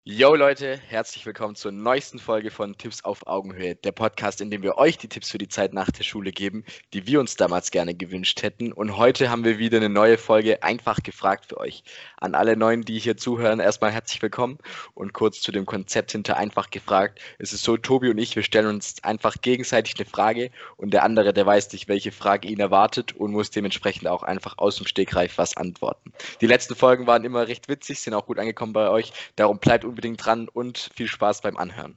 Yo Leute, herzlich willkommen zur neuesten Folge von Tipps auf Augenhöhe, der Podcast, in dem wir euch die Tipps für die Zeit nach der Schule geben, die wir uns damals gerne gewünscht hätten. Und heute haben wir wieder eine neue Folge einfach gefragt für euch. An alle Neuen, die hier zuhören, erstmal herzlich willkommen und kurz zu dem Konzept hinter einfach gefragt. Es ist so, Tobi und ich, wir stellen uns einfach gegenseitig eine Frage und der andere, der weiß nicht, welche Frage ihn erwartet und muss dementsprechend auch einfach aus dem Stegreif was antworten. Die letzten Folgen waren immer recht witzig, sind auch gut angekommen bei euch. Darum bleibt unbedingt dran und viel Spaß beim Anhören.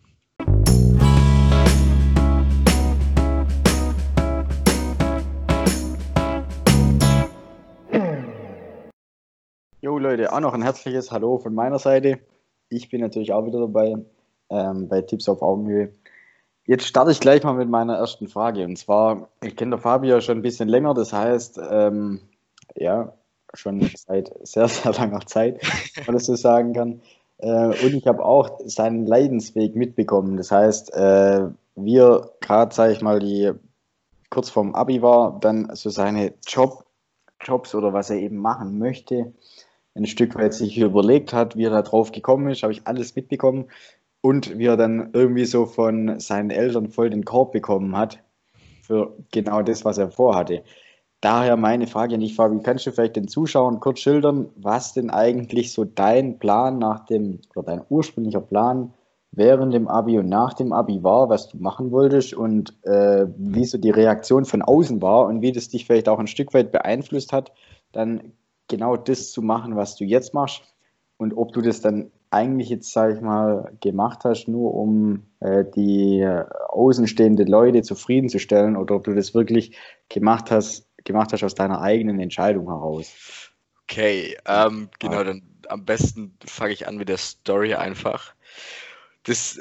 Jo Leute, auch noch ein herzliches Hallo von meiner Seite. Ich bin natürlich auch wieder dabei bei Tipps auf Augenhöhe. Jetzt starte ich gleich mal mit meiner ersten Frage. Und zwar, ich kenne der Fabi ja schon ein bisschen länger, das heißt, ja, schon seit sehr, sehr langer Zeit, wenn man das so sagen kann. Und ich habe auch seinen Leidensweg mitbekommen. Das heißt, wir gerade, sage ich mal, die kurz vorm Abi war, dann so seine Jobs oder was er eben machen möchte, ein Stück weit sich überlegt hat, wie er da drauf gekommen ist, habe ich alles mitbekommen und wie er dann irgendwie so von seinen Eltern voll den Korb bekommen hat für genau das, was er vorhatte. Daher meine Frage an dich, Fabi, kannst du vielleicht den Zuschauern kurz schildern, was denn eigentlich so dein Plan nach dem, oder dein ursprünglicher Plan während dem Abi und nach dem Abi war, was du machen wolltest und wie so die Reaktion von außen war und wie das dich vielleicht auch ein Stück weit beeinflusst hat, dann genau das zu machen, was du jetzt machst und ob du das dann eigentlich jetzt, sage ich mal, gemacht hast, nur um die außenstehende Leute zufriedenzustellen oder ob du das wirklich gemacht hast aus deiner eigenen Entscheidung heraus. Okay, Ja. genau, dann am besten fange ich an mit der Story einfach. Das,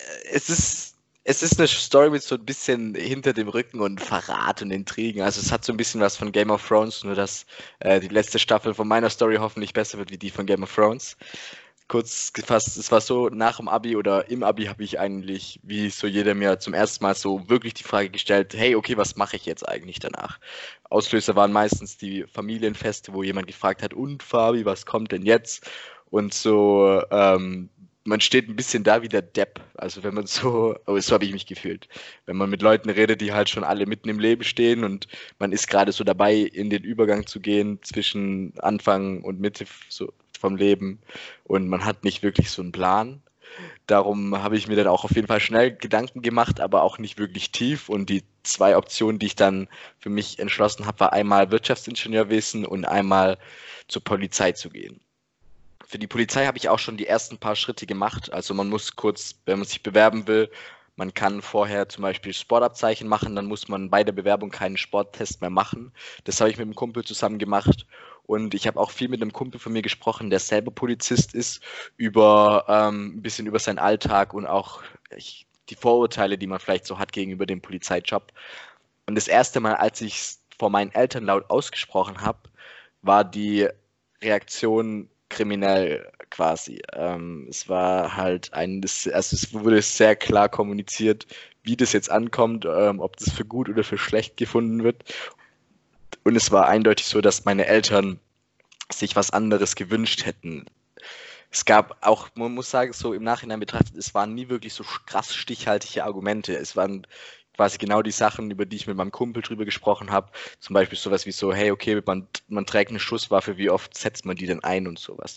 es ist eine Story mit so ein bisschen hinter dem Rücken und Verrat und Intrigen. Also es hat so ein bisschen was von Game of Thrones, nur dass die letzte Staffel von meiner Story hoffentlich besser wird wie die von Game of Thrones. Kurz gefasst, es war so, nach dem Abi oder im Abi habe ich eigentlich, wie so jeder mir zum ersten Mal so wirklich die Frage gestellt, hey, okay, was mache ich jetzt eigentlich danach? Auslöser waren meistens die Familienfeste, wo jemand gefragt hat, und Fabi, was kommt denn jetzt? Und so, man steht ein bisschen da wie der Depp. Also wenn man so, oh, so habe ich mich gefühlt. Wenn man mit Leuten redet, die halt schon alle mitten im Leben stehen und man ist gerade so dabei, in den Übergang zu gehen zwischen Anfang und Mitte so vom Leben und man hat nicht wirklich so einen Plan. Darum habe ich mir dann auch auf jeden Fall schnell Gedanken gemacht, aber auch nicht wirklich tief. Und die zwei Optionen, die ich dann für mich entschlossen habe, war einmal Wirtschaftsingenieurwesen und einmal zur Polizei zu gehen. Für die Polizei habe ich auch schon die ersten paar Schritte gemacht. Also man muss kurz, wenn man sich bewerben will, man kann vorher zum Beispiel Sportabzeichen machen, dann muss man bei der Bewerbung keinen Sporttest mehr machen. Das habe ich mit einem Kumpel zusammen gemacht. Und ich habe auch viel mit einem Kumpel von mir gesprochen, der selber Polizist ist, über ein bisschen über seinen Alltag und auch die Vorurteile, die man vielleicht so hat gegenüber dem Polizeijob. Und das erste Mal, als ich es vor meinen Eltern laut ausgesprochen habe, war die Reaktion kriminell quasi. Es war halt also es wurde sehr klar kommuniziert, wie das jetzt ankommt, ob das für gut oder für schlecht gefunden wird. Und es war eindeutig so, dass meine Eltern sich was anderes gewünscht hätten. Es gab auch, man muss sagen, so im Nachhinein betrachtet, es waren nie wirklich so krass stichhaltige Argumente. Es waren quasi genau die Sachen, über die ich mit meinem Kumpel drüber gesprochen habe. Zum Beispiel sowas wie so, hey, okay, man trägt eine Schusswaffe, wie oft setzt man die denn ein und sowas.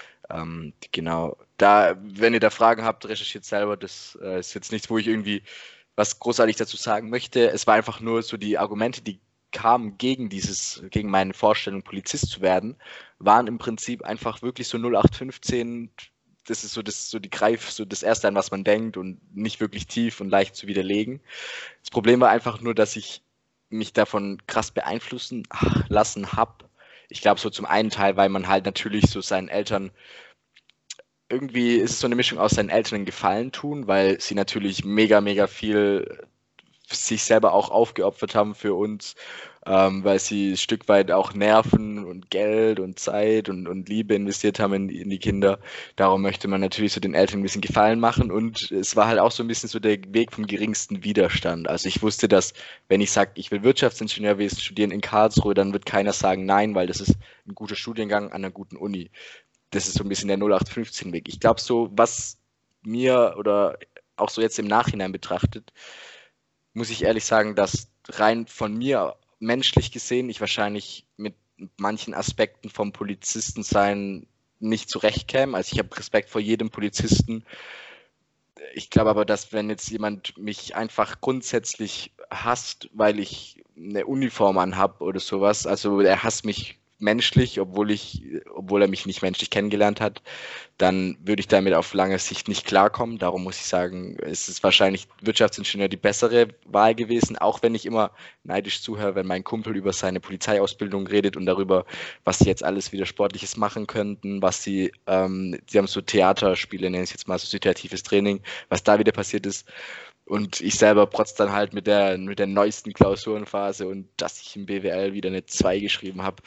Genau. Da, wenn ihr da Fragen habt, recherchiert selber. Das ist jetzt nichts, wo ich irgendwie was großartig dazu sagen möchte. Es war einfach nur so die Argumente, die kamen gegen meine Vorstellung, Polizist zu werden, waren im Prinzip einfach wirklich so 0815. Das ist so das Erste, an was man denkt und nicht wirklich tief und leicht zu widerlegen. Das Problem war einfach nur, dass ich mich davon krass beeinflussen lassen habe. Ich glaube, so zum einen Teil, weil man halt natürlich so seinen Eltern irgendwie ist es so eine Mischung aus seinen Eltern einen Gefallen tun, weil sie natürlich mega, mega viel sich selber auch aufgeopfert haben für uns, weil sie ein Stück weit auch Nerven und Geld und Zeit und Liebe investiert haben in die Kinder. Darum möchte man natürlich so den Eltern ein bisschen Gefallen machen und es war halt auch so ein bisschen so der Weg vom geringsten Widerstand. Also ich wusste, dass wenn ich sage, ich will Wirtschaftsingenieurwesen studieren in Karlsruhe, dann wird keiner sagen nein, weil das ist ein guter Studiengang an einer guten Uni. das ist so ein bisschen der 0815-Weg. Ich glaube, so was mir oder auch so jetzt im Nachhinein betrachtet, muss ich ehrlich sagen, dass rein von mir menschlich gesehen ich wahrscheinlich mit manchen Aspekten vom Polizistensein nicht zurechtkäme. Also ich habe Respekt vor jedem Polizisten. Ich glaube aber, dass wenn jetzt jemand mich einfach grundsätzlich hasst, weil ich eine Uniform anhab oder sowas, also er hasst mich menschlich, obwohl er mich nicht menschlich kennengelernt hat, dann würde ich damit auf lange Sicht nicht klarkommen. Darum muss ich sagen, es ist wahrscheinlich Wirtschaftsingenieur die bessere Wahl gewesen, auch wenn ich immer neidisch zuhöre, wenn mein Kumpel über seine Polizeiausbildung redet und darüber, was sie jetzt alles wieder Sportliches machen könnten, sie haben so Theaterspiele, nenne ich es jetzt mal, so situatives Training, was da wieder passiert ist. Und ich selber protz dann halt mit der neuesten Klausurenphase und dass ich im BWL wieder eine 2 geschrieben habe.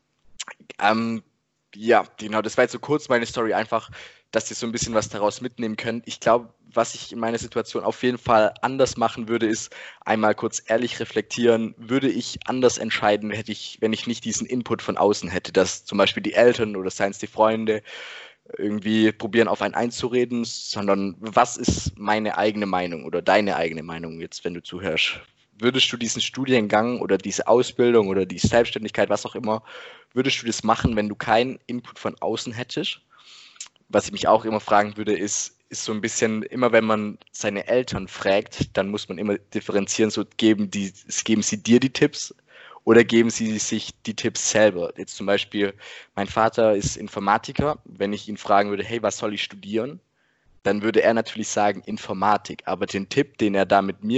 Ja, genau, das war jetzt so kurz meine Story, einfach, dass ihr so ein bisschen was daraus mitnehmen könnt. Ich glaube, was ich in meiner Situation auf jeden Fall anders machen würde, ist einmal kurz ehrlich reflektieren, würde ich anders entscheiden, wenn ich nicht diesen Input von außen hätte, dass zum Beispiel die Eltern oder seien es die Freunde irgendwie probieren, auf einen einzureden, sondern was ist meine eigene Meinung oder deine eigene Meinung jetzt, wenn du zuhörst? Würdest du diesen Studiengang oder diese Ausbildung oder die Selbstständigkeit, was auch immer, würdest du das machen, wenn du keinen Input von außen hättest? Was ich mich auch immer fragen würde, ist so ein bisschen, immer wenn man seine Eltern fragt, dann muss man immer differenzieren, so geben sie dir die Tipps oder geben sie sich die Tipps selber? Jetzt zum Beispiel, mein Vater ist Informatiker. Wenn ich ihn fragen würde, hey, was soll ich studieren? Dann würde er natürlich sagen Informatik. Aber den Tipp, den er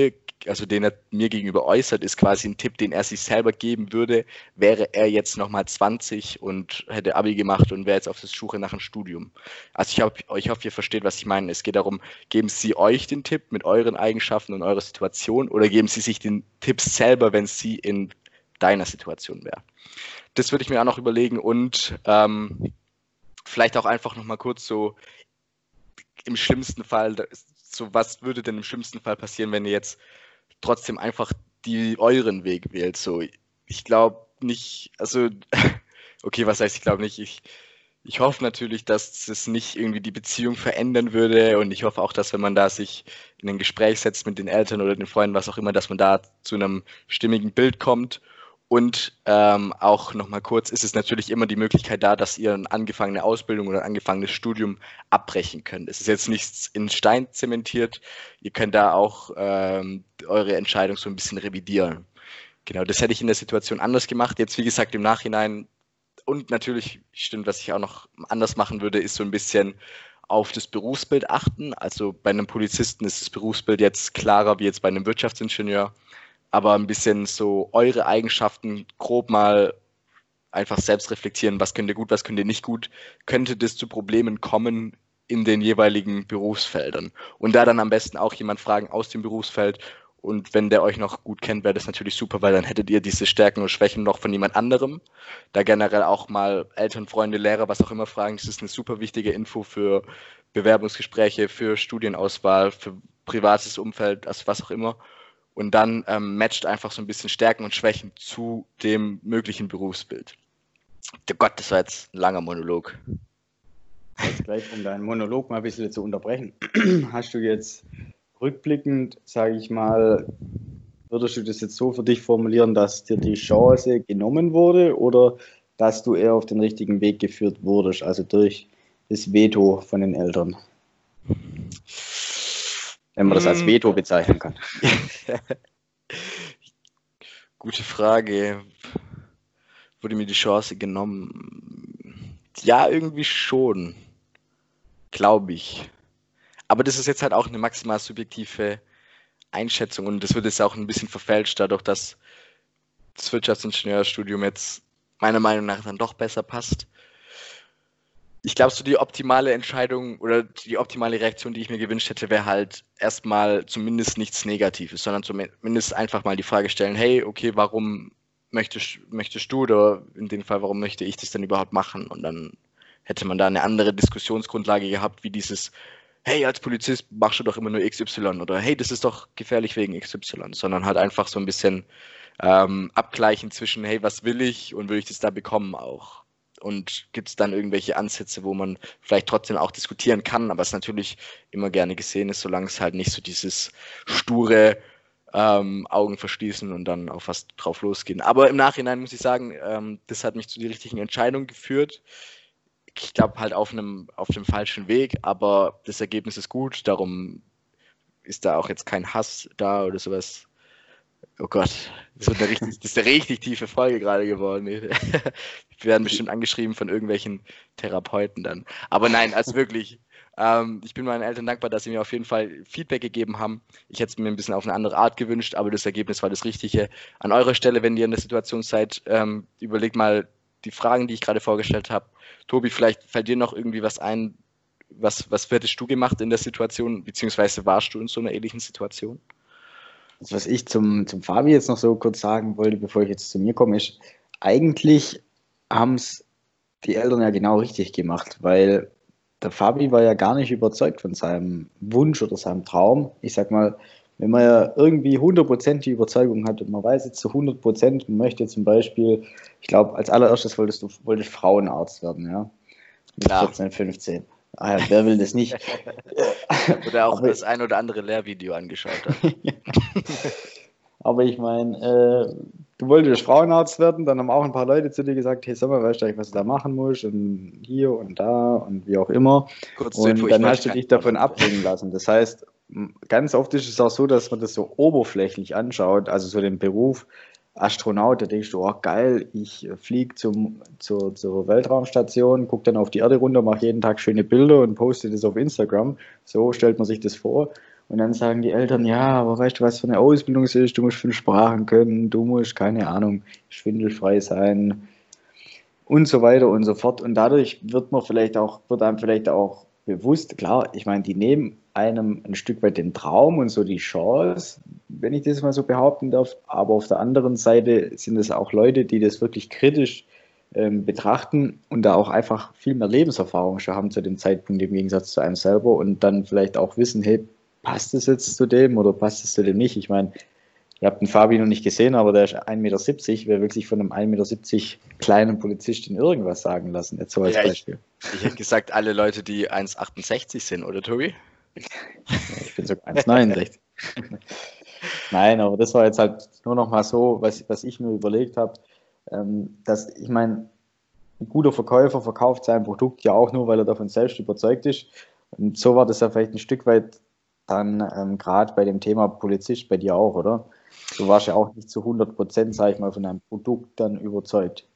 mir gegenüber äußert, ist quasi ein Tipp, den er sich selber geben würde, wäre er jetzt nochmal 20 und hätte Abi gemacht und wäre jetzt auf der Suche nach einem Studium. Also ich hoffe, ihr versteht, was ich meine. Es geht darum, geben Sie euch den Tipp mit euren Eigenschaften und eurer Situation oder geben Sie sich den Tipp selber, wenn Sie in deiner Situation wären? Das würde ich mir auch noch überlegen und vielleicht auch einfach nochmal kurz so im schlimmsten Fall, so was würde denn im schlimmsten Fall passieren, wenn ihr jetzt trotzdem einfach euren Weg wählt? So, ich glaube nicht, also, okay, was heißt, ich glaube nicht, ich hoffe natürlich, dass es nicht irgendwie die Beziehung verändern würde und ich hoffe auch, dass wenn man da sich in ein Gespräch setzt mit den Eltern oder den Freunden, was auch immer, dass man da zu einem stimmigen Bild kommt. Und auch nochmal kurz, ist es natürlich immer die Möglichkeit da, dass ihr eine angefangene Ausbildung oder ein angefangenes Studium abbrechen könnt. Es ist jetzt nichts in Stein zementiert. Ihr könnt da auch eure Entscheidung so ein bisschen revidieren. Genau, das hätte ich in der Situation anders gemacht. Jetzt, wie gesagt, im Nachhinein und natürlich, stimmt, was ich auch noch anders machen würde, ist so ein bisschen auf das Berufsbild achten. Also bei einem Polizisten ist das Berufsbild jetzt klarer wie jetzt bei einem Wirtschaftsingenieur. Aber ein bisschen so eure Eigenschaften grob mal einfach selbst reflektieren, was könnt ihr gut, was könnt ihr nicht gut, könnte das zu Problemen kommen in den jeweiligen Berufsfeldern. Und da dann am besten auch jemand fragen aus dem Berufsfeld und wenn der euch noch gut kennt, wäre das natürlich super, weil dann hättet ihr diese Stärken und Schwächen noch von jemand anderem. Da generell auch mal Eltern, Freunde, Lehrer, was auch immer fragen, das ist eine super wichtige Info für Bewerbungsgespräche, für Studienauswahl, für privates Umfeld, also was auch immer. Und dann matcht einfach so ein bisschen Stärken und Schwächen zu dem möglichen Berufsbild. Der Gott, das war jetzt ein langer Monolog. Jetzt gleich, um deinen Monolog mal ein bisschen zu unterbrechen. Hast du jetzt rückblickend, sage ich mal, würdest du das jetzt so für dich formulieren, dass dir die Chance genommen wurde oder dass du eher auf den richtigen Weg geführt wurdest, also durch das Veto von den Eltern? Wenn man das als Veto bezeichnen kann. Gute Frage. Wurde mir die Chance genommen? Ja, irgendwie schon. Glaube ich. Aber das ist jetzt halt auch eine maximal subjektive Einschätzung und das wird jetzt auch ein bisschen verfälscht, dadurch, dass das Wirtschaftsingenieurstudium jetzt meiner Meinung nach dann doch besser passt. Ich glaube, so die optimale Entscheidung oder die optimale Reaktion, die ich mir gewünscht hätte, wäre halt erstmal zumindest nichts Negatives, sondern zumindest einfach mal die Frage stellen, hey, okay, warum möchtest du oder in dem Fall, warum möchte ich das denn überhaupt machen? Und dann hätte man da eine andere Diskussionsgrundlage gehabt, wie dieses, hey, als Polizist machst du doch immer nur XY oder hey, das ist doch gefährlich wegen XY, sondern halt einfach so ein bisschen abgleichen zwischen, hey, was will ich und will ich das da bekommen auch? und gibt es dann irgendwelche Ansätze, wo man vielleicht trotzdem auch diskutieren kann, aber es natürlich immer gerne gesehen ist, solange es halt nicht so dieses sture Augen verschließen und dann auf was drauf losgehen. Aber im Nachhinein muss ich sagen, das hat mich zu der richtigen Entscheidung geführt. Ich glaube halt auf dem falschen Weg, aber das Ergebnis ist gut, darum ist da auch jetzt kein Hass da oder sowas. Oh Gott, das ist eine richtig tiefe Folge gerade geworden. Wir werden bestimmt angeschrieben von irgendwelchen Therapeuten dann. Aber nein, also wirklich, ich bin meinen Eltern dankbar, dass sie mir auf jeden Fall Feedback gegeben haben. Ich hätte es mir ein bisschen auf eine andere Art gewünscht, aber das Ergebnis war das Richtige. An eurer Stelle, wenn ihr in der Situation seid, überlegt mal die Fragen, die ich gerade vorgestellt habe. Tobi, vielleicht fällt dir noch irgendwie was ein, was hättest du gemacht in der Situation, beziehungsweise warst du in so einer ähnlichen Situation? Also was ich zum Fabi jetzt noch so kurz sagen wollte, bevor ich jetzt zu mir komme, ist, eigentlich haben es die Eltern ja genau richtig gemacht, weil der Fabi war ja gar nicht überzeugt von seinem Wunsch oder seinem Traum. Ich sag mal, wenn man ja irgendwie 100% die Überzeugung hat und man weiß jetzt zu 100%, man möchte zum Beispiel, ich glaube, als allererstes wolltest Frauenarzt werden, ja, mit Klar. 14, 15. Ah ja, wer will das nicht? Oder auch Aber- das ein oder andere Lehrvideo angeschaut hat. Aber ich meine, du wolltest Frauenarzt werden, dann haben auch ein paar Leute zu dir gesagt, hey, sag mal, weißt du eigentlich, was du da machen musst und hier und da und wie auch immer. Kurz zur Info, Und ich dann wollte hast du kein dich davon Frauenarzt abbringen lassen. Das heißt, ganz oft ist es auch so, dass man das so oberflächlich anschaut, also so den Beruf Astronaut, da denkst du, oh geil, ich fliege zur Weltraumstation, gucke dann auf die Erde runter, mache jeden Tag schöne Bilder und poste das auf Instagram. So stellt man sich das vor. Und dann sagen die Eltern, ja, aber weißt du, was für eine Ausbildung es ist? Du musst 5 Sprachen können, du musst, keine Ahnung, schwindelfrei sein und so weiter und so fort. Und dadurch wird einem vielleicht auch bewusst, klar, ich meine, die nehmen einem ein Stück weit den Traum und so die Chance, wenn ich das mal so behaupten darf. Aber auf der anderen Seite sind es auch Leute, die das wirklich kritisch betrachten und da auch einfach viel mehr Lebenserfahrung schon haben zu dem Zeitpunkt im Gegensatz zu einem selber und dann vielleicht auch wissen, hey, passt es jetzt zu dem oder passt es zu dem nicht? Ich meine, ihr habt den Fabi noch nicht gesehen, aber der ist 1,70 Meter. Wer will sich von einem 1,70 Meter kleinen Polizisten irgendwas sagen lassen? Jetzt so als Ja, Beispiel. ich hätte gesagt, alle Leute, die 1,68 sind, oder Tobi? Ich bin sogar 1,69. Nein, aber das war jetzt halt nur noch mal so, was ich mir überlegt habe, dass ich meine, ein guter Verkäufer verkauft sein Produkt ja auch nur, weil er davon selbst überzeugt ist. Und so war das ja vielleicht ein Stück weit dann gerade bei dem Thema Polizist bei dir auch, oder? Du warst ja auch nicht zu 100%, sag ich mal, von deinem Produkt dann überzeugt.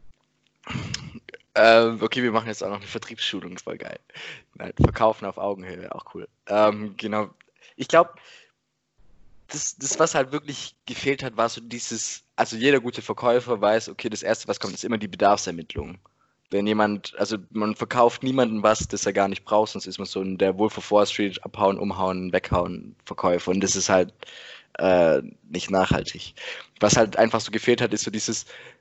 Okay, wir machen jetzt auch noch eine Vertriebsschulung, ist voll geil. Nein, Verkaufen auf Augenhöhe wäre auch cool. Genau. Ich glaube, das, was halt wirklich gefehlt hat, war so dieses, also jeder gute Verkäufer weiß, okay, das Erste, was kommt, ist immer die Bedarfsermittlung. Wenn jemand, also man verkauft niemandem was, das er gar nicht braucht, sonst ist man so ein der Wolf of Wall Street, abhauen, umhauen, weghauen Verkäufer und das ist halt nicht nachhaltig. Was halt einfach so gefehlt hat, ist so dieses,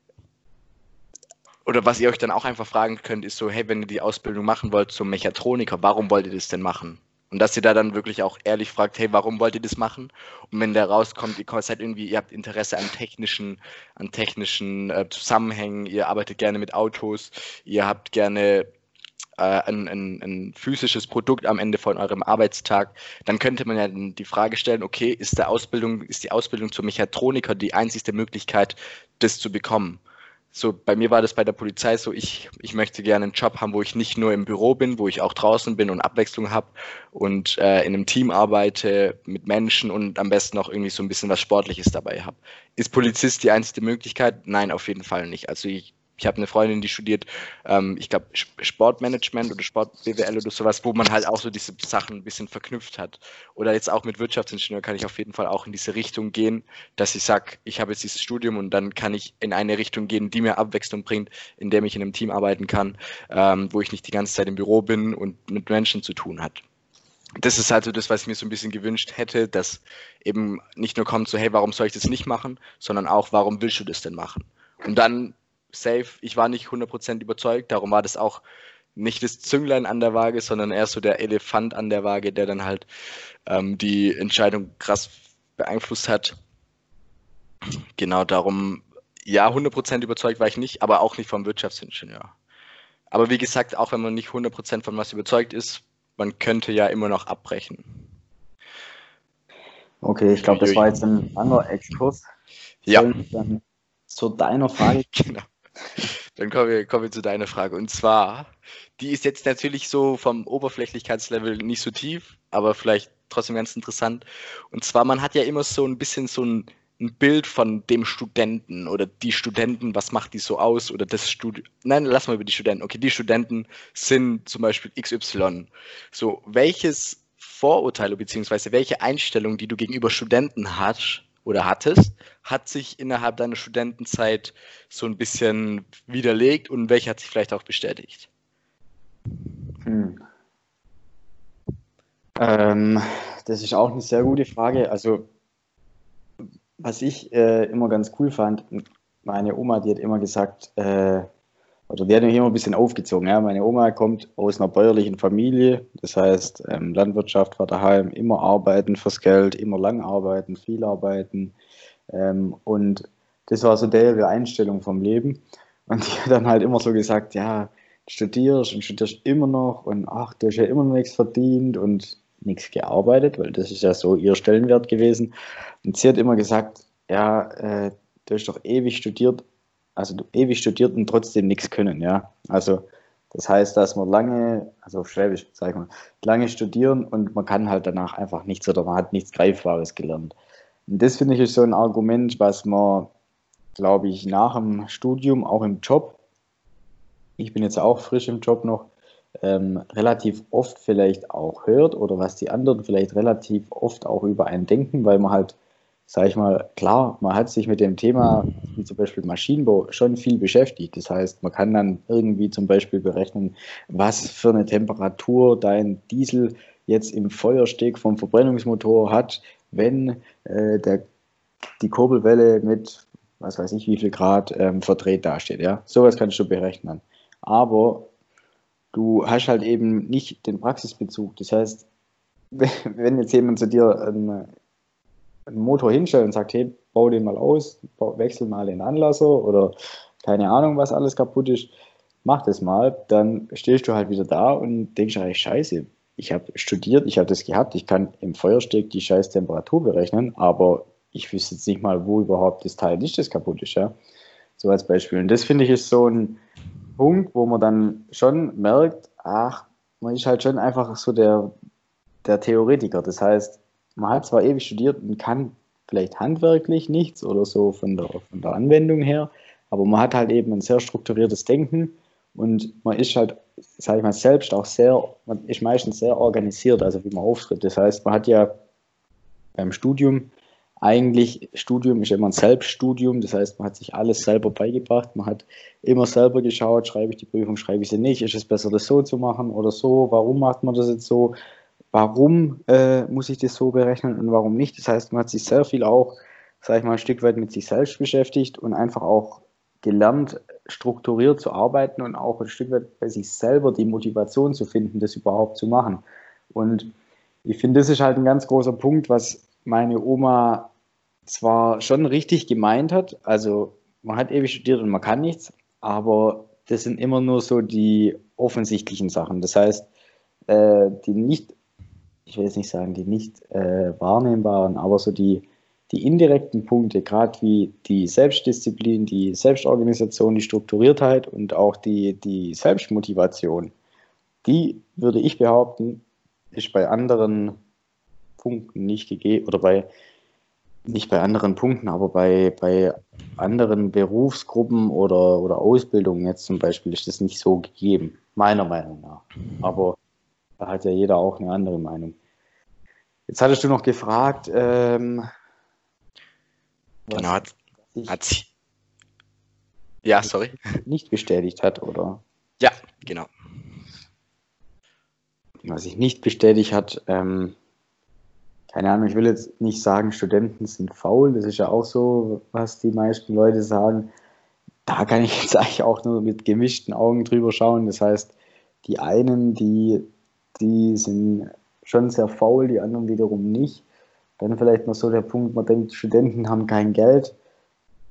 oder was ihr euch dann auch einfach fragen könnt, ist so, hey, wenn ihr die Ausbildung machen wollt zum Mechatroniker, warum wollt ihr das denn machen? Und dass ihr da dann wirklich auch ehrlich fragt, hey, warum wollt ihr das machen? Und wenn der rauskommt, seid irgendwie, ihr habt Interesse an technischen Zusammenhängen, ihr arbeitet gerne mit Autos, ihr habt gerne ein physisches Produkt am Ende von eurem Arbeitstag, dann könnte man ja die Frage stellen, okay, ist die Ausbildung zum Mechatroniker die einzigste Möglichkeit, das zu bekommen? So, bei mir war das bei der Polizei so, ich möchte gerne einen Job haben, wo ich nicht nur im Büro bin, wo ich auch draußen bin und Abwechslung habe und in einem Team arbeite mit Menschen und am besten auch irgendwie so ein bisschen was Sportliches dabei habe. Ist Polizist die einzige Möglichkeit? Nein, auf jeden Fall nicht. Also ich habe eine Freundin, die studiert, ich glaube, Sportmanagement oder Sport-BWL oder sowas, wo man halt auch so diese Sachen ein bisschen verknüpft hat. Oder jetzt auch mit Wirtschaftsingenieur kann ich auf jeden Fall auch in diese Richtung gehen, dass ich sage, ich habe jetzt dieses Studium und dann kann ich in eine Richtung gehen, die mir Abwechslung bringt, in der ich in einem Team arbeiten kann, wo ich nicht die ganze Zeit im Büro bin und mit Menschen zu tun hat. Das ist halt so das, was ich mir so ein bisschen gewünscht hätte, dass eben nicht nur kommt so, hey, warum soll ich das nicht machen, sondern auch, warum willst du das denn machen? Und dann safe, ich war nicht 100% überzeugt, darum war das auch nicht das Zünglein an der Waage, sondern eher so der Elefant an der Waage, der dann halt die Entscheidung krass beeinflusst hat. Genau darum, ja, 100% überzeugt war ich nicht, aber auch nicht vom Wirtschaftsingenieur. Aber wie gesagt, auch wenn man nicht 100% von was überzeugt ist, man könnte ja immer noch abbrechen. Okay, ich glaube, das Uiuiui. war jetzt ein langer Exkurs. Ja, Sollen wir dann zu deiner Frage? genau. Dann kommen wir zu deiner Frage. Und zwar, die ist jetzt natürlich so vom Oberflächlichkeitslevel nicht so tief, aber vielleicht trotzdem ganz interessant. Und zwar, man hat ja immer so ein bisschen so ein Bild von dem Studenten oder die Studenten, was macht die so aus oder das Studium. Nein, lass mal über die Studenten. Okay, die Studenten sind zum Beispiel XY. So, welches Vorurteil beziehungsweise welche Einstellung, die du gegenüber Studenten hast oder hattest, hat sich innerhalb deiner Studentenzeit so ein bisschen widerlegt und welche hat sich vielleicht auch bestätigt? Hm. Ähm, Das ist auch eine sehr gute Frage. Also, was ich immer ganz cool fand, meine Oma, die hat immer gesagt, oder die hat mich immer ein bisschen aufgezogen. Ja? Meine Oma kommt aus einer bäuerlichen Familie, das heißt, Landwirtschaft war daheim, immer arbeiten fürs Geld, immer lang arbeiten, viel arbeiten. Und das war so deren Einstellung vom Leben. Und die hat dann halt immer so gesagt, ja, studierst und studierst immer noch und ach, du hast ja immer noch nichts verdient und nichts gearbeitet, weil das ist ja so ihr Stellenwert gewesen. Und sie hat immer gesagt, ja, du hast doch ewig studiert, also du ewig studiert und trotzdem nichts können, ja. Also das heißt, dass man lange, also auf Schwäbisch sag ich mal, lange studieren und man kann halt danach einfach nichts oder man hat nichts Greifbares gelernt. Und das finde ich ist so ein Argument, was man, glaube ich, nach dem Studium, auch im Job, ich bin jetzt auch frisch im Job noch, relativ oft vielleicht auch hört oder was die anderen vielleicht relativ oft auch über einen denken, weil man halt, sage ich mal, klar, man hat sich mit dem Thema, wie zum Beispiel Maschinenbau, schon viel beschäftigt. Das heißt, man kann dann irgendwie zum Beispiel berechnen, was für eine Temperatur dein Diesel jetzt im Feuersteg vom Verbrennungsmotor hat, wenn die Kurbelwelle mit, was weiß ich, wie viel Grad verdreht dasteht. Ja? Sowas kannst du berechnen. Aber du hast halt eben nicht den Praxisbezug. Das heißt, wenn jetzt jemand zu dir einen Motor hinstellt und sagt, hey, bau den mal aus, wechsel mal den Anlasser oder keine Ahnung, was alles kaputt ist, mach das mal, dann stehst du halt wieder da und denkst eigentlich, scheiße, ich habe studiert, ich habe das gehabt, ich kann im Feuersteg die scheiß Temperatur berechnen, aber ich wüsste jetzt nicht mal, wo überhaupt das Teil ist, das kaputt ist, ja. So als Beispiel. Und das finde ich ist so ein Punkt, wo man dann schon merkt, ach, man ist halt schon einfach so der Theoretiker. Das heißt, man hat zwar ewig studiert und kann vielleicht handwerklich nichts oder so von der Anwendung her, aber man hat halt eben ein sehr strukturiertes Denken und man ist halt, sage ich mal, selbst auch man ist meistens sehr organisiert, also wie man auftritt. Das heißt, man hat ja beim Studium eigentlich, Studium ist immer ein Selbststudium, das heißt, man hat sich alles selber beigebracht, man hat immer selber geschaut, schreibe ich die Prüfung, schreibe ich sie nicht, ist es besser, das so zu machen oder so, warum macht man das jetzt so, warum muss ich das so berechnen und warum nicht. Das heißt, man hat sich sehr viel auch, sage ich mal, ein Stück weit mit sich selbst beschäftigt und einfach auch gelernt, strukturiert zu arbeiten und auch ein Stück weit bei sich selber die Motivation zu finden, das überhaupt zu machen. Und ich finde, das ist halt ein ganz großer Punkt, was meine Oma zwar schon richtig gemeint hat, also man hat ewig studiert und man kann nichts, aber das sind immer nur so die offensichtlichen Sachen. Das heißt, die nicht, ich will jetzt nicht sagen, die nicht wahrnehmbaren, aber so die indirekten Punkte, gerade wie die Selbstdisziplin, die Selbstorganisation, die Strukturiertheit und auch die Selbstmotivation, die würde ich behaupten, ist bei anderen Punkten nicht gegeben oder nicht bei anderen Punkten, aber bei anderen Berufsgruppen oder Ausbildungen jetzt zum Beispiel ist das nicht so gegeben, meiner Meinung nach. Aber da hat ja jeder auch eine andere Meinung. Jetzt hattest du noch gefragt, Genau, was sich hat sie. Ja, sorry. nicht bestätigt hat oder Ja, genau. was sich nicht bestätigt hat. Keine Ahnung, ich will jetzt nicht sagen, Studenten sind faul. Das ist ja auch so, was die meisten Leute sagen. Da kann ich jetzt eigentlich auch nur mit gemischten Augen drüber schauen. Das heißt, die einen, die sind schon sehr faul, die anderen wiederum nicht. Dann vielleicht noch so der Punkt, man denkt, Studenten haben kein Geld.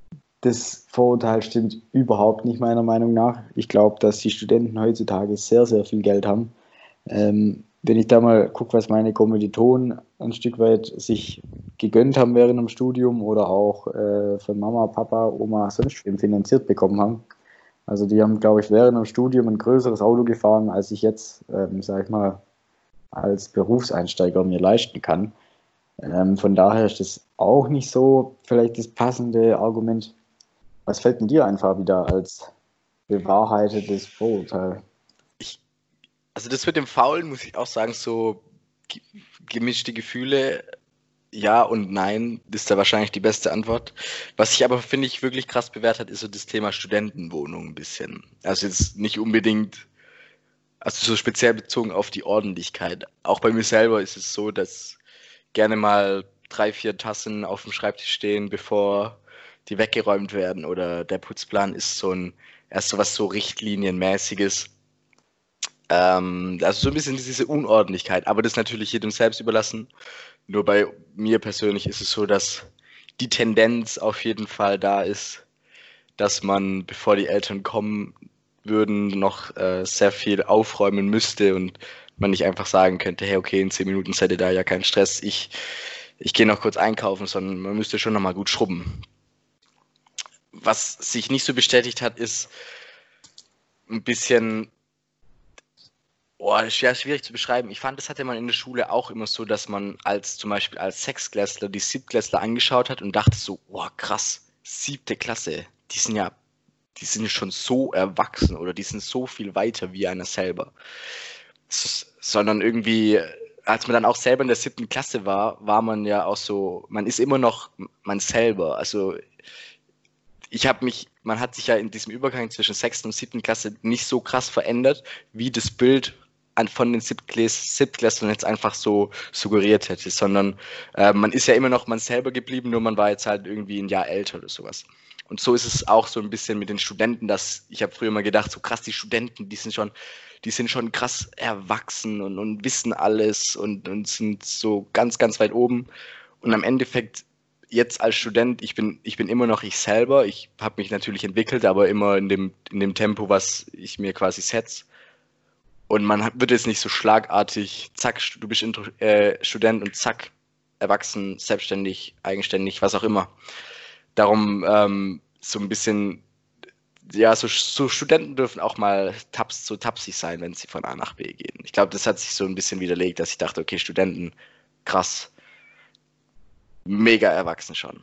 das Vorurteil stimmt überhaupt nicht meiner Meinung nach. Ich glaube, dass die Studenten heutzutage sehr, sehr viel Geld haben. Wenn ich da mal gucke, was meine Kommilitonen ein Stück weit sich gegönnt haben während dem Studium oder auch von Mama, Papa, Oma sonst wem finanziert bekommen haben. Also die haben, glaube ich, während dem Studium ein größeres Auto gefahren, als ich jetzt, sage ich mal, als Berufseinsteiger mir leisten kann. Von daher ist das auch nicht so vielleicht das passende Argument. Was fällt denn dir einfach wieder als bewahrheitetes Vorurteil? Also das mit dem Faulen muss ich auch sagen, so gemischte Gefühle, ja und nein, ist da wahrscheinlich die beste Antwort. Was sich aber, finde ich, wirklich krass bewährt hat, ist so das Thema Studentenwohnung ein bisschen. Also jetzt nicht unbedingt, also so speziell bezogen auf die Ordentlichkeit. Auch bei mir selber ist es so, dass gerne mal 3, 4 Tassen auf dem Schreibtisch stehen, bevor die weggeräumt werden. Oder der Putzplan ist erst so was so Richtlinienmäßiges. Also so ein bisschen diese Unordentlichkeit, aber das ist natürlich jedem selbst überlassen. Nur bei mir persönlich ist es so, dass die Tendenz auf jeden Fall da ist, dass man, bevor die Eltern kommen würden, noch sehr viel aufräumen müsste und man nicht einfach sagen könnte, hey, okay, in 10 Minuten seid ihr da, ja kein Stress, ich gehe noch kurz einkaufen, sondern man müsste schon nochmal gut schrubben. Was sich nicht so bestätigt hat, ist ein bisschen, schwierig zu beschreiben. Ich fand, das hatte man in der Schule auch immer so, dass man zum Beispiel als Sechstklässler die Siebtklässler angeschaut hat und dachte so, krass, 7. Klasse, die sind ja schon so erwachsen oder die sind so viel weiter wie einer selber. Sondern irgendwie, als man dann auch selber in der 7. Klasse war man ja auch so, man ist immer noch man selber. Also man hat sich ja in diesem Übergang zwischen 6. und 7. Klasse nicht so krass verändert, wie das Bild von den Siebtklässlern jetzt einfach so suggeriert hätte, sondern man ist ja immer noch man selber geblieben, nur man war jetzt halt irgendwie ein Jahr älter oder sowas. Und so ist es auch so ein bisschen mit den Studenten, dass ich habe früher mal gedacht, so krass, die Studenten, die sind schon krass erwachsen und wissen alles und sind so ganz, ganz weit oben. Und am Endeffekt jetzt als Student, ich bin immer noch ich selber. Ich habe mich natürlich entwickelt, aber immer in dem Tempo, was ich mir quasi setze. Und man wird jetzt nicht so schlagartig, zack, du bist Student und zack, erwachsen, selbstständig, eigenständig, was auch immer. Darum so ein bisschen, ja, so Studenten dürfen auch mal tapsig sein, wenn sie von A nach B gehen. Ich glaube, das hat sich so ein bisschen widerlegt, dass ich dachte, okay, Studenten, krass, mega erwachsen schon.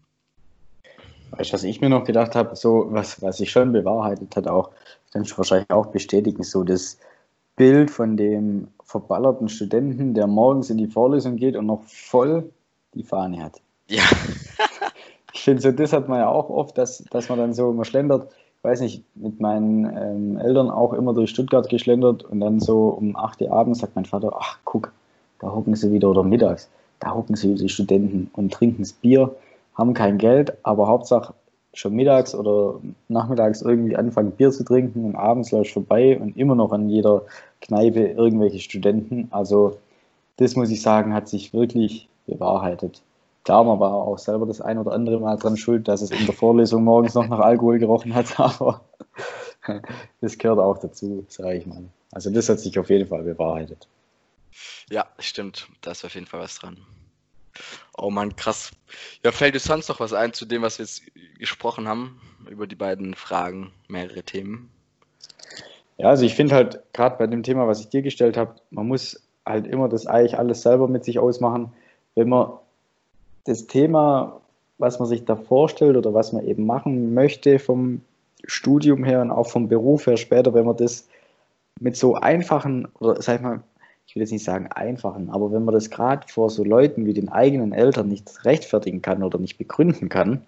Weißt du, was ich mir noch gedacht habe, so was sich schon bewahrheitet hat, auch, dann wahrscheinlich auch bestätigen, so das Bild von dem verballerten Studenten, der morgens in die Vorlesung geht und noch voll die Fahne hat. Ja. Ich finde, so das hat man ja auch oft, dass man dann so immer schlendert. Ich weiß nicht, mit meinen Eltern auch immer durch Stuttgart geschlendert und dann so um 8 Uhr abends sagt mein Vater, ach guck, da hocken sie wieder, oder mittags, da hocken sie wieder die Studenten und trinken das Bier, haben kein Geld, aber Hauptsache schon mittags oder nachmittags irgendwie anfangen Bier zu trinken und abends läuft vorbei und immer noch an jeder Kneipe irgendwelche Studenten. Also das muss ich sagen, hat sich wirklich bewahrheitet. Klar, man war auch selber das ein oder andere Mal dran schuld, dass es in der Vorlesung morgens noch nach Alkohol gerochen hat, aber das gehört auch dazu, sage ich mal. Also das hat sich auf jeden Fall bewahrheitet. Ja, stimmt. Da ist auf jeden Fall was dran. Oh Mann, krass. Ja, fällt dir sonst noch was ein zu dem, was wir jetzt gesprochen haben? Über die beiden Fragen, mehrere Themen? Ja, also ich finde halt, gerade bei dem Thema, was ich dir gestellt habe, man muss halt immer das eigentlich alles selber mit sich ausmachen. Wenn man das Thema, was man sich da vorstellt oder was man eben machen möchte vom Studium her und auch vom Beruf her später, wenn man das mit so einfachen, oder sag ich mal, ich will jetzt nicht sagen einfachen, aber wenn man das gerade vor so Leuten wie den eigenen Eltern nicht rechtfertigen kann oder nicht begründen kann,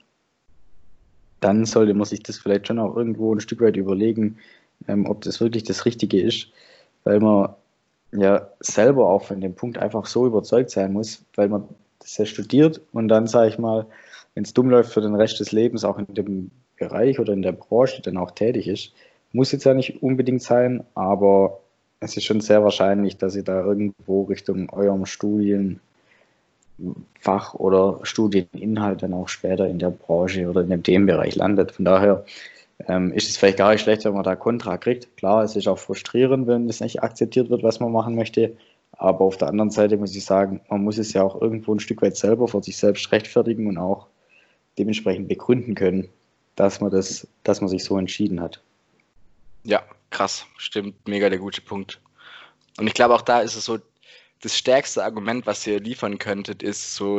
dann sollte man sich das vielleicht schon auch irgendwo ein Stück weit überlegen, ob das wirklich das Richtige ist, weil man ja selber auch von dem Punkt einfach so überzeugt sein muss, weil man das ja studiert und dann, sage ich mal, wenn es dumm läuft für den Rest des Lebens auch in dem Bereich oder in der Branche dann auch tätig ist. Muss jetzt ja nicht unbedingt sein, aber es ist schon sehr wahrscheinlich, dass ihr da irgendwo Richtung eurem Studienweg Fach- oder Studieninhalt dann auch später in der Branche oder in dem Themenbereich landet. Von daher ist es vielleicht gar nicht schlecht, wenn man da Kontra kriegt. Klar, es ist auch frustrierend, wenn das nicht akzeptiert wird, was man machen möchte. Aber auf der anderen Seite muss ich sagen, man muss es ja auch irgendwo ein Stück weit selber vor sich selbst rechtfertigen und auch dementsprechend begründen können, dass man sich so entschieden hat. Ja, krass, stimmt, mega der gute Punkt. Und ich glaube, auch da ist es so, das stärkste Argument, was ihr liefern könntet, ist so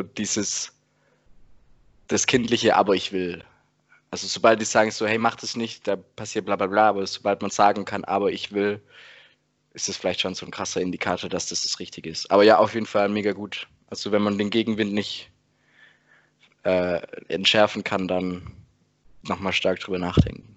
das kindliche, aber ich will. Also sobald die sagen so, hey, mach das nicht, da passiert bla bla bla, aber sobald man sagen kann, aber ich will, ist das vielleicht schon so ein krasser Indikator, dass das Richtige ist. Aber ja, auf jeden Fall mega gut. Also wenn man den Gegenwind nicht entschärfen kann, dann nochmal stark drüber nachdenken.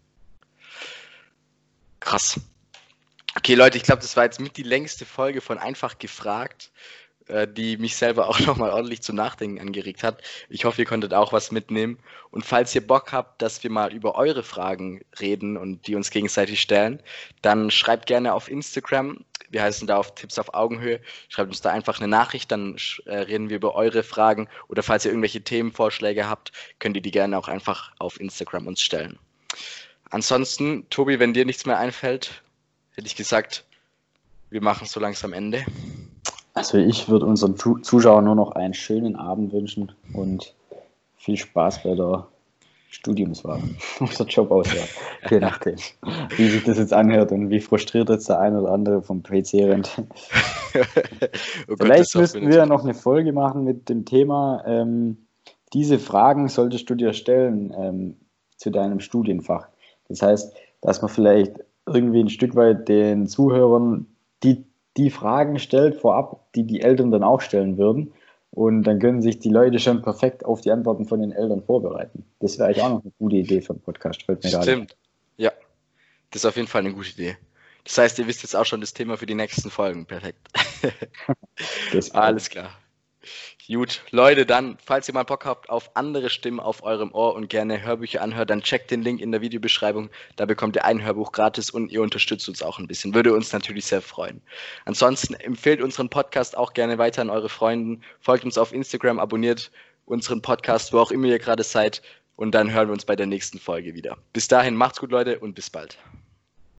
Krass. Okay, Leute, ich glaube, das war jetzt mit die längste Folge von Einfach gefragt, die mich selber auch nochmal ordentlich zum Nachdenken angeregt hat. Ich hoffe, ihr konntet auch was mitnehmen. Und falls ihr Bock habt, dass wir mal über eure Fragen reden und die uns gegenseitig stellen, dann schreibt gerne auf Instagram. Wir heißen da auf Tipps auf Augenhöhe. Schreibt uns da einfach eine Nachricht, dann reden wir über eure Fragen. Oder falls ihr irgendwelche Themenvorschläge habt, könnt ihr die gerne auch einfach auf Instagram uns stellen. Ansonsten, Tobi, wenn dir nichts mehr einfällt, hätte ich gesagt, wir machen so langsam Ende. Also ich würde unseren Zuschauern nur noch einen schönen Abend wünschen und viel Spaß bei der Studiumswahl oder Jobauswahl, je nachdem, wie sich das jetzt anhört und wie frustriert jetzt der eine oder andere vom PC rennt. Oh Gott, Vielleicht müssten wir noch eine Folge machen mit dem Thema, diese Fragen solltest du dir stellen zu deinem Studienfach. Das heißt, dass man vielleicht irgendwie ein Stück weit den Zuhörern die Fragen stellt vorab, die die Eltern dann auch stellen würden. Und dann können sich die Leute schon perfekt auf die Antworten von den Eltern vorbereiten. Das wäre eigentlich auch noch eine gute Idee für einen Podcast. Fällt mir gerade. Stimmt. Ja, das ist auf jeden Fall eine gute Idee. Das heißt, ihr wisst jetzt auch schon das Thema für die nächsten Folgen. Perfekt. Alles klar. Gut, Leute, dann, falls ihr mal Bock habt auf andere Stimmen auf eurem Ohr und gerne Hörbücher anhört, dann checkt den Link in der Videobeschreibung. Da bekommt ihr ein Hörbuch gratis und ihr unterstützt uns auch ein bisschen. Würde uns natürlich sehr freuen. Ansonsten empfehlt unseren Podcast auch gerne weiter an eure Freunden. Folgt uns auf Instagram, abonniert unseren Podcast, wo auch immer ihr gerade seid. Und dann hören wir uns bei der nächsten Folge wieder. Bis dahin, macht's gut, Leute, und bis bald.